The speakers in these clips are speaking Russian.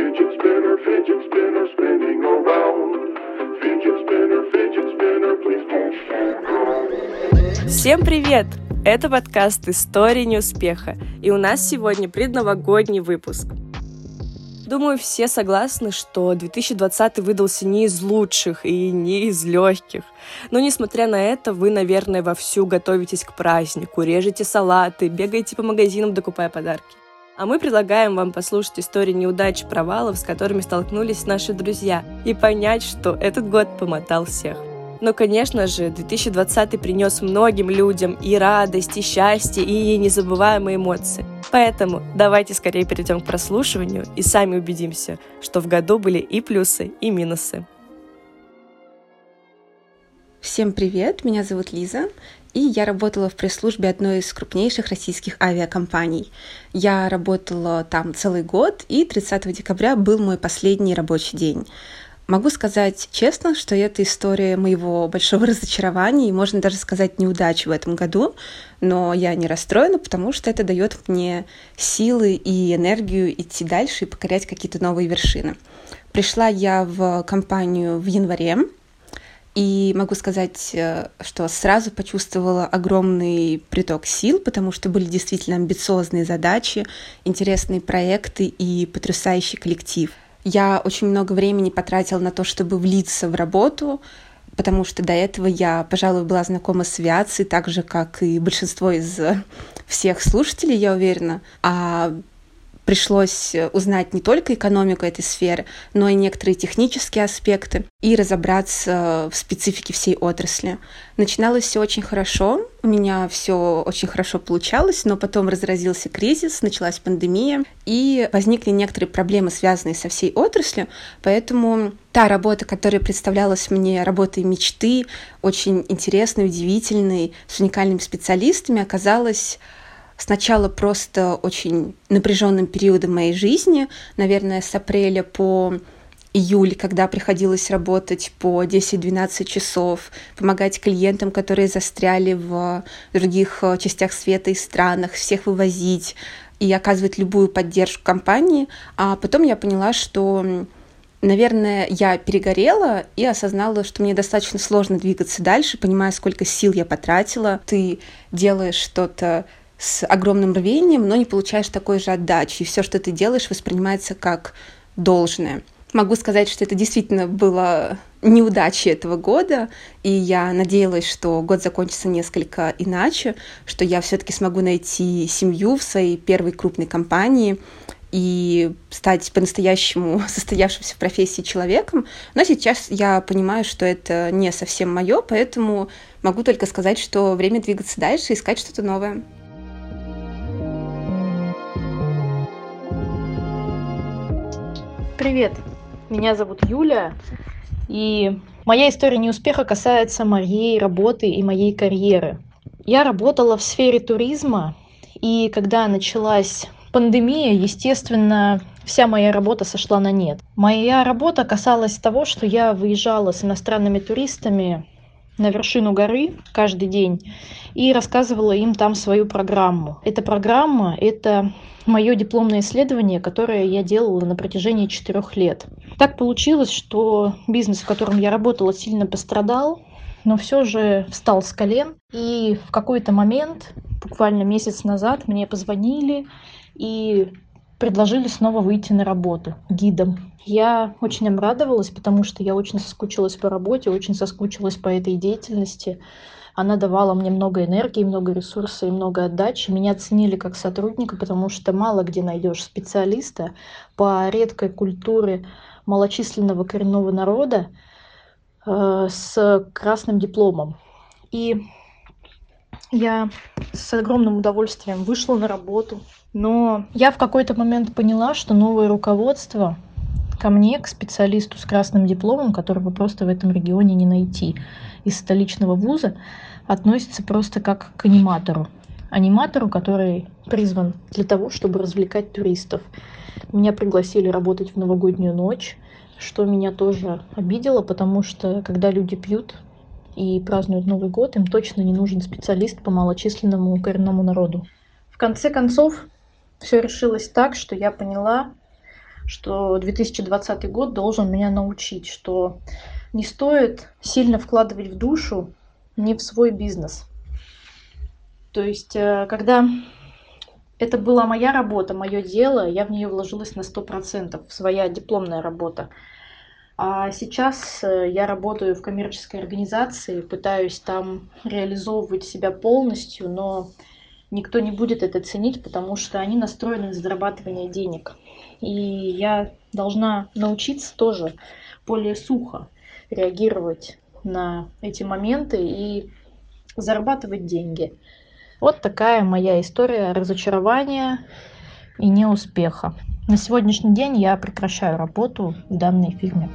fidget spinner spinning around. Fidget spinner, please don't slow down. Всем привет! Это подкаст «Истории неуспеха», и у нас сегодня предновогодний выпуск. Думаю, все согласны, что 2020 выдался не из лучших и не из легких. Но, несмотря на это, вы, наверное, вовсю готовитесь к празднику, режете салаты, бегаете по магазинам, докупая подарки. А мы предлагаем вам послушать истории неудач и провалов, с которыми столкнулись наши друзья, и понять, что этот год помотал всех. Но, конечно же, 2020 принес многим людям и радость, и счастье, и незабываемые эмоции. Поэтому давайте скорее перейдем к прослушиванию и сами убедимся, что в году были и плюсы, и минусы. Всем привет, меня зовут Лиза, и я работала в пресс-службе одной из крупнейших российских авиакомпаний. Я работала там целый год, и 30 декабря был мой последний рабочий день. Могу сказать честно, что это история моего большого разочарования и, можно даже сказать, неудачи в этом году, но я не расстроена, потому что это дает мне силы и энергию идти дальше и покорять какие-то новые вершины. Пришла я в компанию в январе, и могу сказать, что сразу почувствовала огромный приток сил, потому что были действительно амбициозные задачи, интересные проекты и потрясающий коллектив. Я очень много времени потратила на то, чтобы влиться в работу, потому что до этого я, пожалуй, была знакома с авиацией, так же, как и большинство из всех слушателей, я уверена. Пришлось узнать не только экономику этой сферы, но и некоторые технические аспекты и разобраться в специфике всей отрасли. Начиналось все очень хорошо, у меня все очень хорошо получалось, но потом разразился кризис, началась пандемия, и возникли некоторые проблемы, связанные со всей отраслью, поэтому та работа, которая представлялась мне работой мечты, очень интересной, удивительной, с уникальными специалистами, оказалась сначала просто очень напряженным периодом моей жизни, наверное, с апреля по июль, когда приходилось работать по 10-12 часов, помогать клиентам, которые застряли в других частях света и странах, всех вывозить и оказывать любую поддержку компании. А потом я поняла, что, наверное, я перегорела и осознала, что мне достаточно сложно двигаться дальше, понимая, сколько сил я потратила. Ты делаешь что-то с огромным рвением, но не получаешь такой же отдачи, и все, что ты делаешь, воспринимается как должное. Могу сказать, что это действительно было неудачей этого года, и я надеялась, что год закончится несколько иначе, что я все-таки смогу найти семью в своей первой крупной компании и стать по-настоящему состоявшимся в профессии человеком. Но сейчас я понимаю, что это не совсем мое, поэтому могу только сказать, что время двигаться дальше и искать что-то новое. Привет, меня зовут Юля, и моя история неуспеха касается моей работы и моей карьеры. Я работала в сфере туризма, и когда началась пандемия, естественно, вся моя работа сошла на нет. Моя работа касалась того, что я выезжала с иностранными туристами на вершину горы каждый день и рассказывала им там свою программу. Эта программа — это мое дипломное исследование, которое я делала на протяжении 4 лет. Так получилось, что бизнес, в котором я работала, сильно пострадал, но все же встал с колен. И в какой-то момент, буквально месяц назад, мне позвонили и предложили снова выйти на работу гидом. Я очень обрадовалась, потому что я очень соскучилась по работе, очень соскучилась по этой деятельности. Она давала мне много энергии, много ресурса и много отдачи. Меня ценили как сотрудника, потому что мало где найдешь специалиста по редкой культуре малочисленного коренного народа с красным дипломом. И я с огромным удовольствием вышла на работу. Но я в какой-то момент поняла, что новое руководство ко мне, к специалисту с красным дипломом, которого просто в этом регионе не найти, из столичного вуза, относится просто как к аниматору. Аниматору, который призван для того, чтобы развлекать туристов. Меня пригласили работать в новогоднюю ночь, что меня тоже обидело, потому что когда люди пьют и празднуют Новый год, им точно не нужен специалист по малочисленному коренному народу. В конце концов, все решилось так, что я поняла, что 2020 год должен меня научить, что не стоит сильно вкладывать в душу, не в свой бизнес. То есть, когда это была моя работа, мое дело, я в нее вложилась на 100%, своя дипломная работа. А сейчас я работаю в коммерческой организации, пытаюсь там реализовывать себя полностью, но никто не будет это ценить, потому что они настроены на зарабатывание денег. И я должна научиться тоже более сухо реагировать на эти моменты и зарабатывать деньги. Вот такая моя история разочарования и неуспеха. На сегодняшний день я прекращаю работу в данной фирме.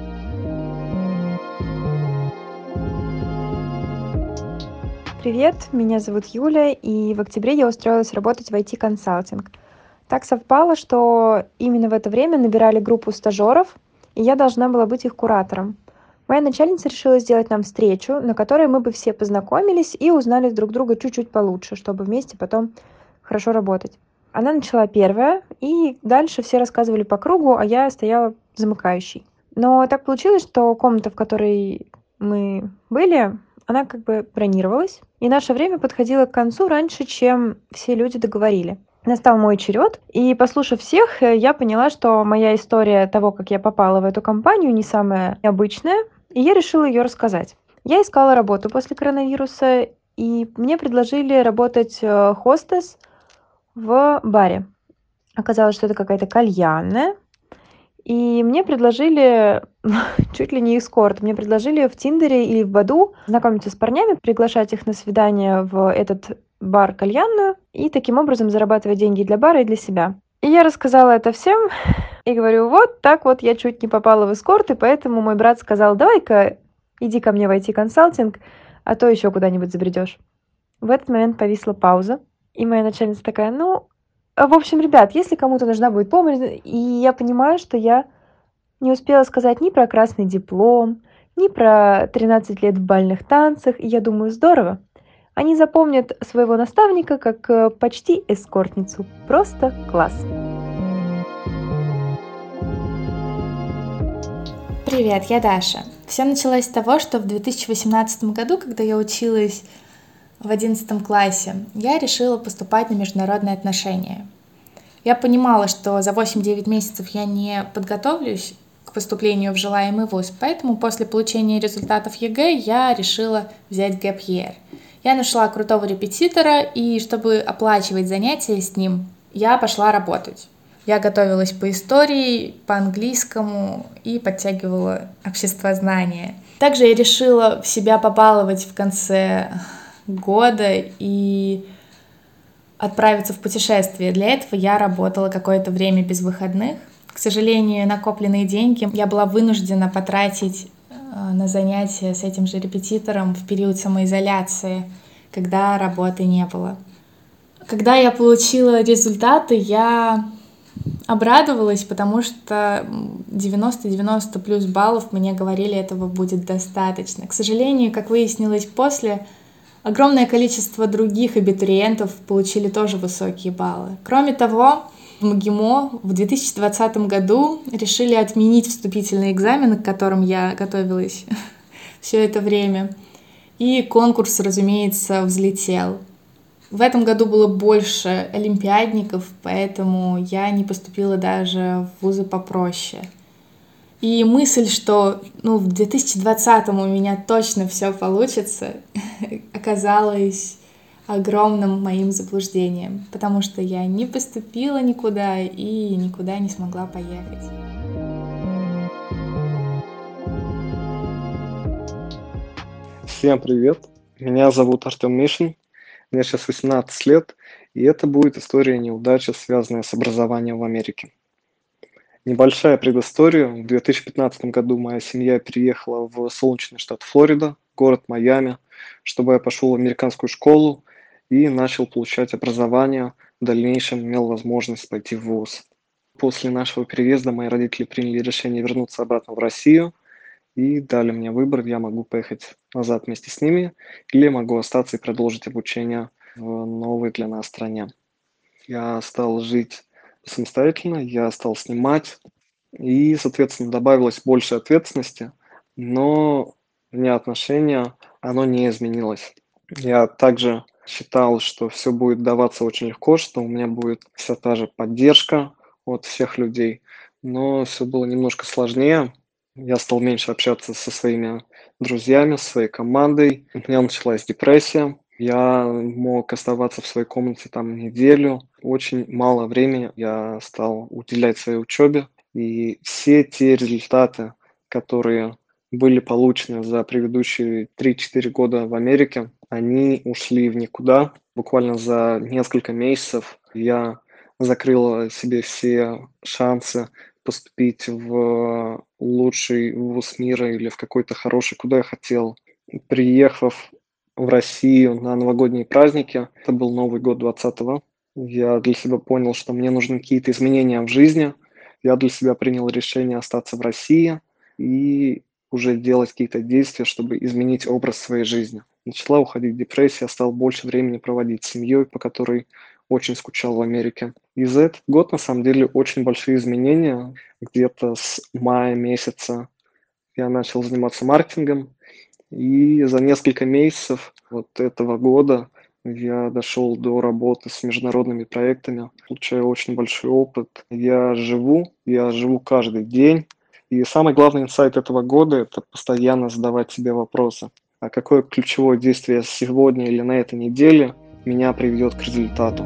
Привет, меня зовут Юля, и в октябре я устроилась работать в IT-консалтинг. Так совпало, что именно в это время набирали группу стажеров, и я должна была быть их куратором. Моя начальница решила сделать нам встречу, на которой мы бы все познакомились и узнали друг друга чуть-чуть получше, чтобы вместе потом хорошо работать. Она начала первая, и дальше все рассказывали по кругу, а я стояла замыкающей. Но так получилось, что комната, в которой мы были, она как бы бронировалась, и наше время подходило к концу раньше, чем все люди договорили. Настал мой черед, и, послушав всех, я поняла, что моя история того, как я попала в эту компанию, не самая обычная, и я решила ее рассказать. Я искала работу после коронавируса, и мне предложили работать хостес в баре. Оказалось, что это какая-то кальянная, и мне предложили чуть ли не эскорт. Мне предложили в Тиндере или в Баду знакомиться с парнями, приглашать их на свидание в этот бар-кальянную и таким образом зарабатывать деньги для бара и для себя. И я рассказала это всем и говорю, вот так вот я чуть не попала в эскорт, и поэтому мой брат сказал, давай-ка иди ко мне в IT-консалтинг, а то еще куда-нибудь забредешь. В этот момент повисла пауза, и моя начальница такая, в общем, ребят, если кому-то нужна будет помощь, и я понимаю, что я не успела сказать ни про красный диплом, ни про 13 лет в бальных танцах, и я думаю, здорово. Они запомнят своего наставника как почти эскортницу. Просто класс. Привет, я Даша. Все началось с того, что в 2018 году, когда я училась в 11 классе, я решила поступать на международные отношения. Я понимала, что за 8-9 месяцев я не подготовлюсь к поступлению в желаемый вуз, поэтому после получения результатов ЕГЭ я решила взять gap year. Я нашла крутого репетитора, и чтобы оплачивать занятия с ним, я пошла работать. Я готовилась по истории, по английскому и подтягивала обществознание. Также я решила себя побаловать в конце года и отправиться в путешествие. Для этого я работала какое-то время без выходных. К сожалению, накопленные деньги я была вынуждена потратить на занятия с этим же репетитором в период самоизоляции, когда работы не было. Когда я получила результаты, я обрадовалась, потому что 90 плюс баллов мне говорили, этого будет достаточно. К сожалению, как выяснилось после, огромное количество других абитуриентов получили тоже высокие баллы. Кроме того, в МГИМО в 2020 году решили отменить вступительные экзамены, к которым я готовилась все это время. И конкурс, разумеется, взлетел. В этом году было больше олимпиадников, поэтому я не поступила даже в вузы попроще. И мысль, что в 2020-м у меня точно все получится, оказалась огромным моим заблуждением, потому что я не поступила никуда и никуда не смогла поехать. Всем привет, меня зовут Артем Мишин, мне сейчас 18 лет, и это будет история неудачи, связанная с образованием в Америке. Небольшая предыстория. В 2015 году моя семья переехала в солнечный штат Флорида, город Майами, чтобы я пошел в американскую школу и начал получать образование, в дальнейшем имел возможность пойти в вуз. После нашего переезда мои родители приняли решение вернуться обратно в Россию и дали мне выбор, я могу поехать назад вместе с ними или могу остаться и продолжить обучение в новой для нас стране. Я стал жить самостоятельно, я стал снимать, и, соответственно, добавилось больше ответственности, но вне отношения оно не изменилось. Я также считал, что все будет даваться очень легко, что у меня будет вся та же поддержка от всех людей, но все было немножко сложнее. Я стал меньше общаться со своими друзьями, со своей командой. У меня началась депрессия. Я мог оставаться в своей комнате там неделю. Очень мало времени я стал уделять своей учебе. И все те результаты, которые были получены за предыдущие 3-4 года в Америке, они ушли в никуда. Буквально за несколько месяцев я закрыл себе все шансы поступить в лучший вуз мира или в какой-то хороший, куда я хотел. Приехав в Россию на новогодние праздники, это был Новый год 2020, я для себя понял, что мне нужны какие-то изменения в жизни. Я для себя принял решение остаться в России и уже делать какие-то действия, чтобы изменить образ своей жизни. Начала уходить депрессия, стал больше времени проводить с семьей, по которой очень скучал в Америке. И за этот год, на самом деле, очень большие изменения. Где-то с мая месяца я начал заниматься маркетингом, и за несколько месяцев вот этого года я дошел до работы с международными проектами, получаю очень большой опыт. Я живу каждый день. И самый главный инсайт этого года – это постоянно задавать себе вопросы. А какое ключевое действие сегодня или на этой неделе меня приведет к результату?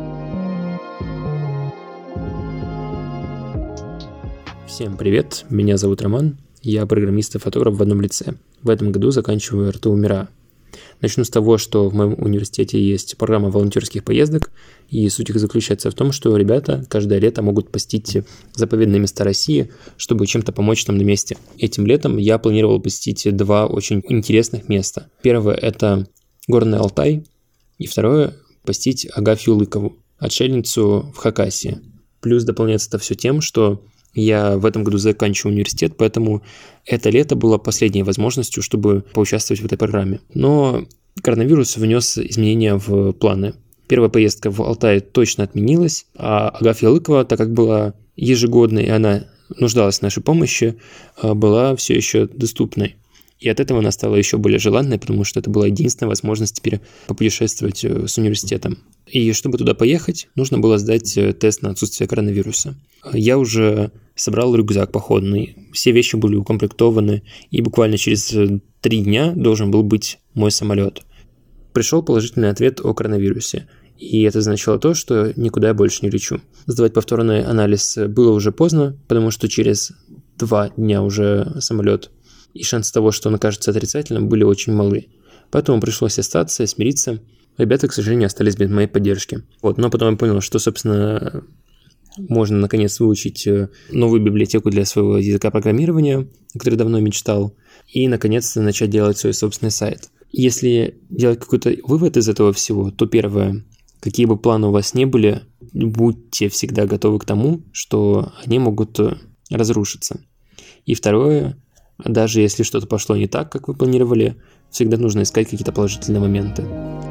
Всем привет, меня зовут Роман, я программист и фотограф в одном лице. В этом году заканчиваю РТУ МИРА. Начну с того, что в моем университете есть программа волонтерских поездок, и суть их заключается в том, что ребята каждое лето могут посетить заповедные места России, чтобы чем-то помочь нам на месте. Этим летом я планировал посетить два очень интересных места. Первое – это Горный Алтай, и второе – посетить Агафью Лыкову, отшельницу в Хакасии. Плюс дополняется это все тем, что я в этом году заканчиваю университет, поэтому это лето было последней возможностью, чтобы поучаствовать в этой программе. Но коронавирус внес изменения в планы. Первая поездка в Алтай точно отменилась, а Агафья Лыкова, так как была ежегодной и она нуждалась в нашей помощи, была все еще доступной. И от этого она стала еще более желанной, потому что это была единственная возможность теперь попутешествовать с университетом. И чтобы туда поехать, нужно было сдать тест на отсутствие коронавируса. Я уже собрал рюкзак походный, все вещи были укомплектованы, и буквально через 3 дня должен был быть мой самолет. Пришел положительный ответ о коронавирусе, и это означало то, что никуда я больше не лечу. Сдавать повторный анализ было уже поздно, потому что через 2 дня уже самолет, и шансы того, что он окажется отрицательным, были очень малы. Поэтому пришлось остаться и смириться. Ребята, к сожалению, остались без моей поддержки. Но потом я понял, что, собственно, можно наконец выучить новую библиотеку для своего языка программирования, о которой давно мечтал, и наконец начать делать свой собственный сайт. Если делать какой-то вывод из этого всего, то первое, какие бы планы у вас ни были, будьте всегда готовы к тому, что они могут разрушиться. И второе, даже если что-то пошло не так, как вы планировали, всегда нужно искать какие-то положительные моменты.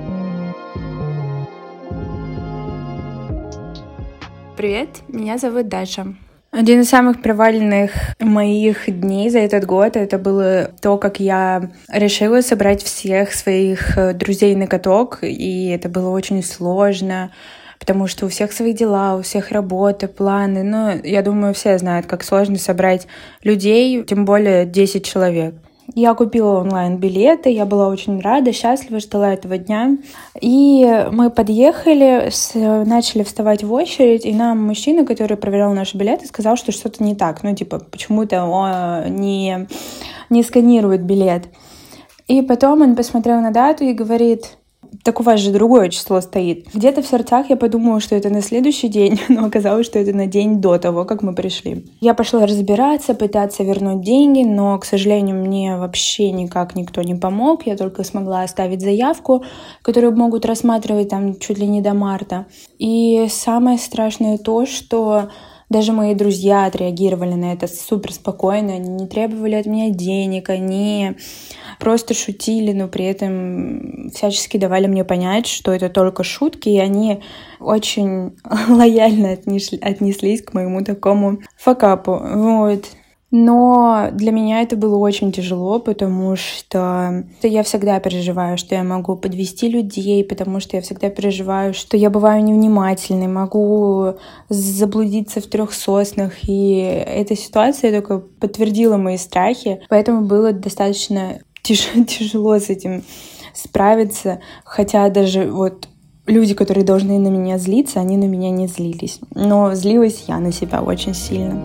Привет, меня зовут Даша. Один из самых провальных моих дней за этот год это было то, как я решила собрать всех своих друзей на каток, и это было очень сложно, потому что у всех свои дела, у всех работа, планы. Но я думаю, все знают, как сложно собрать людей, тем более 10 человек. Я купила онлайн-билеты, я была очень рада, счастлива, ждала этого дня. И мы подъехали, начали вставать в очередь, и нам мужчина, который проверял наши билеты, сказал, что что-то не так. Почему-то он не сканирует билет. И потом он посмотрел на дату и говорит: так у вас же другое число стоит. Где-то в сердцах я подумала, что это на следующий день, но оказалось, что это на день до того, как мы пришли. Я пошла разбираться, пытаться вернуть деньги, но, к сожалению, мне вообще никак никто не помог. Я только смогла оставить заявку, которую могут рассматривать там чуть ли не до марта. И самое страшное то, что Даже мои друзья отреагировали на это супер спокойно, они не требовали от меня денег, они просто шутили, но при этом всячески давали мне понять, что это только шутки, и они очень лояльно отнеслись к моему такому факапу. Вот. Но для меня это было очень тяжело, потому что я всегда переживаю, что я могу подвести людей, потому что я всегда переживаю, что я бываю невнимательной, могу заблудиться в 3 соснах. И эта ситуация только подтвердила мои страхи, поэтому было достаточно тяжело с этим справиться, хотя даже вот люди, которые должны на меня злиться, они на меня не злились. Но злилась я на себя очень сильно.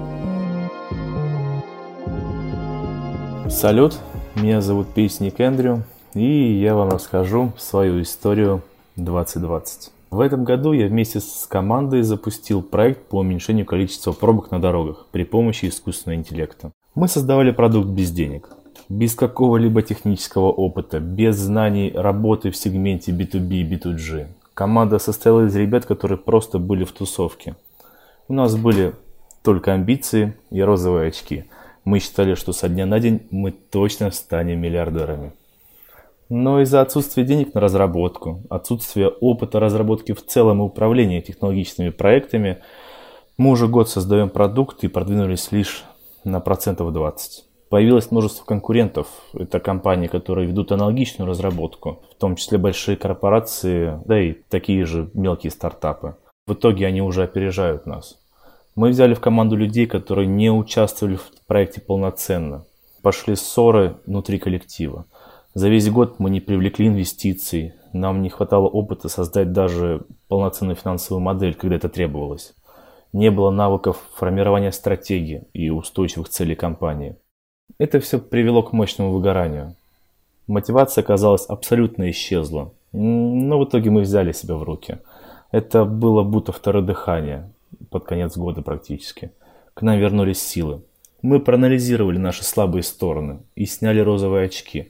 Салют, меня зовут Песник Эндрю, и я вам расскажу свою историю 2020. В этом году я вместе с командой запустил проект по уменьшению количества пробок на дорогах при помощи искусственного интеллекта. Мы создавали продукт без денег, без какого-либо технического опыта, без знаний работы в сегменте B2B и B2G. Команда состояла из ребят, которые просто были в тусовке. У нас были только амбиции и розовые очки. Мы считали, что со дня на день мы точно станем миллиардерами. Но из-за отсутствия денег на разработку, отсутствия опыта разработки в целом и управления технологичными проектами, мы уже год создаем продукт и продвинулись лишь на 20%. Появилось множество конкурентов. Это компании, которые ведут аналогичную разработку, в том числе большие корпорации, да и такие же мелкие стартапы. В итоге они уже опережают нас. Мы взяли в команду людей, которые не участвовали в проекте полноценно. Пошли ссоры внутри коллектива. За весь год мы не привлекли инвестиций. Нам не хватало опыта создать даже полноценную финансовую модель, когда это требовалось. Не было навыков формирования стратегии и устойчивых целей компании. Это все привело к мощному выгоранию. Мотивация, казалось, абсолютно исчезла. Но в итоге мы взяли себя в руки. Это было будто второе дыхание. Под конец года практически. К нам вернулись силы. Мы проанализировали наши слабые стороны и сняли розовые очки.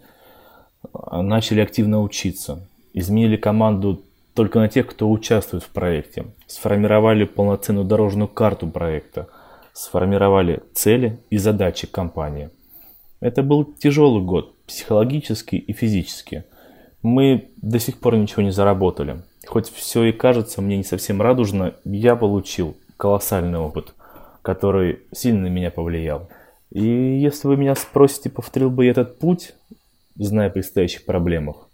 Начали активно учиться. Изменили команду только на тех, кто участвует в проекте. Сформировали полноценную дорожную карту проекта. Сформировали цели и задачи компании. Это был тяжелый год, психологически и физически. Мы до сих пор ничего не заработали. Хоть все и кажется мне не совсем радужно, я получил колоссальный опыт, который сильно на меня повлиял. И если вы меня спросите, повторил бы я этот путь, зная о предстоящих проблемах,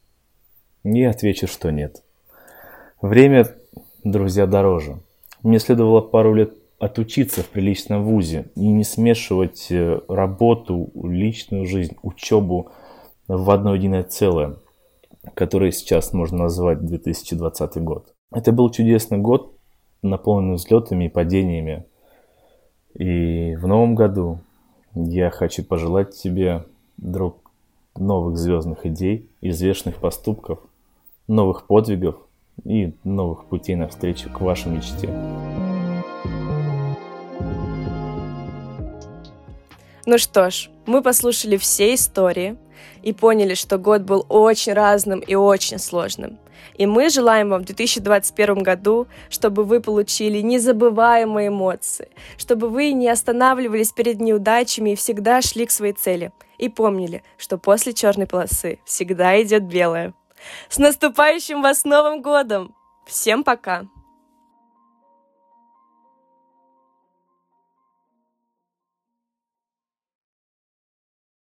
я отвечу, что нет. Время, друзья, дороже. Мне следовало пару лет отучиться в приличном вузе и не смешивать работу, личную жизнь, учебу в одно единое целое, который сейчас можно назвать 2020 год. Это был чудесный год, наполненный взлетами и падениями. И в новом году я хочу пожелать тебе, друг, новых звездных идей, известных поступков, новых подвигов и новых путей навстречу к вашей мечте. Ну что ж, мы послушали все истории и поняли, что год был очень разным и очень сложным. И мы желаем вам в 2021 году, чтобы вы получили незабываемые эмоции, чтобы вы не останавливались перед неудачами и всегда шли к своей цели. И помнили, что после черной полосы всегда идет белая. С наступающим вас Новым годом! Всем пока!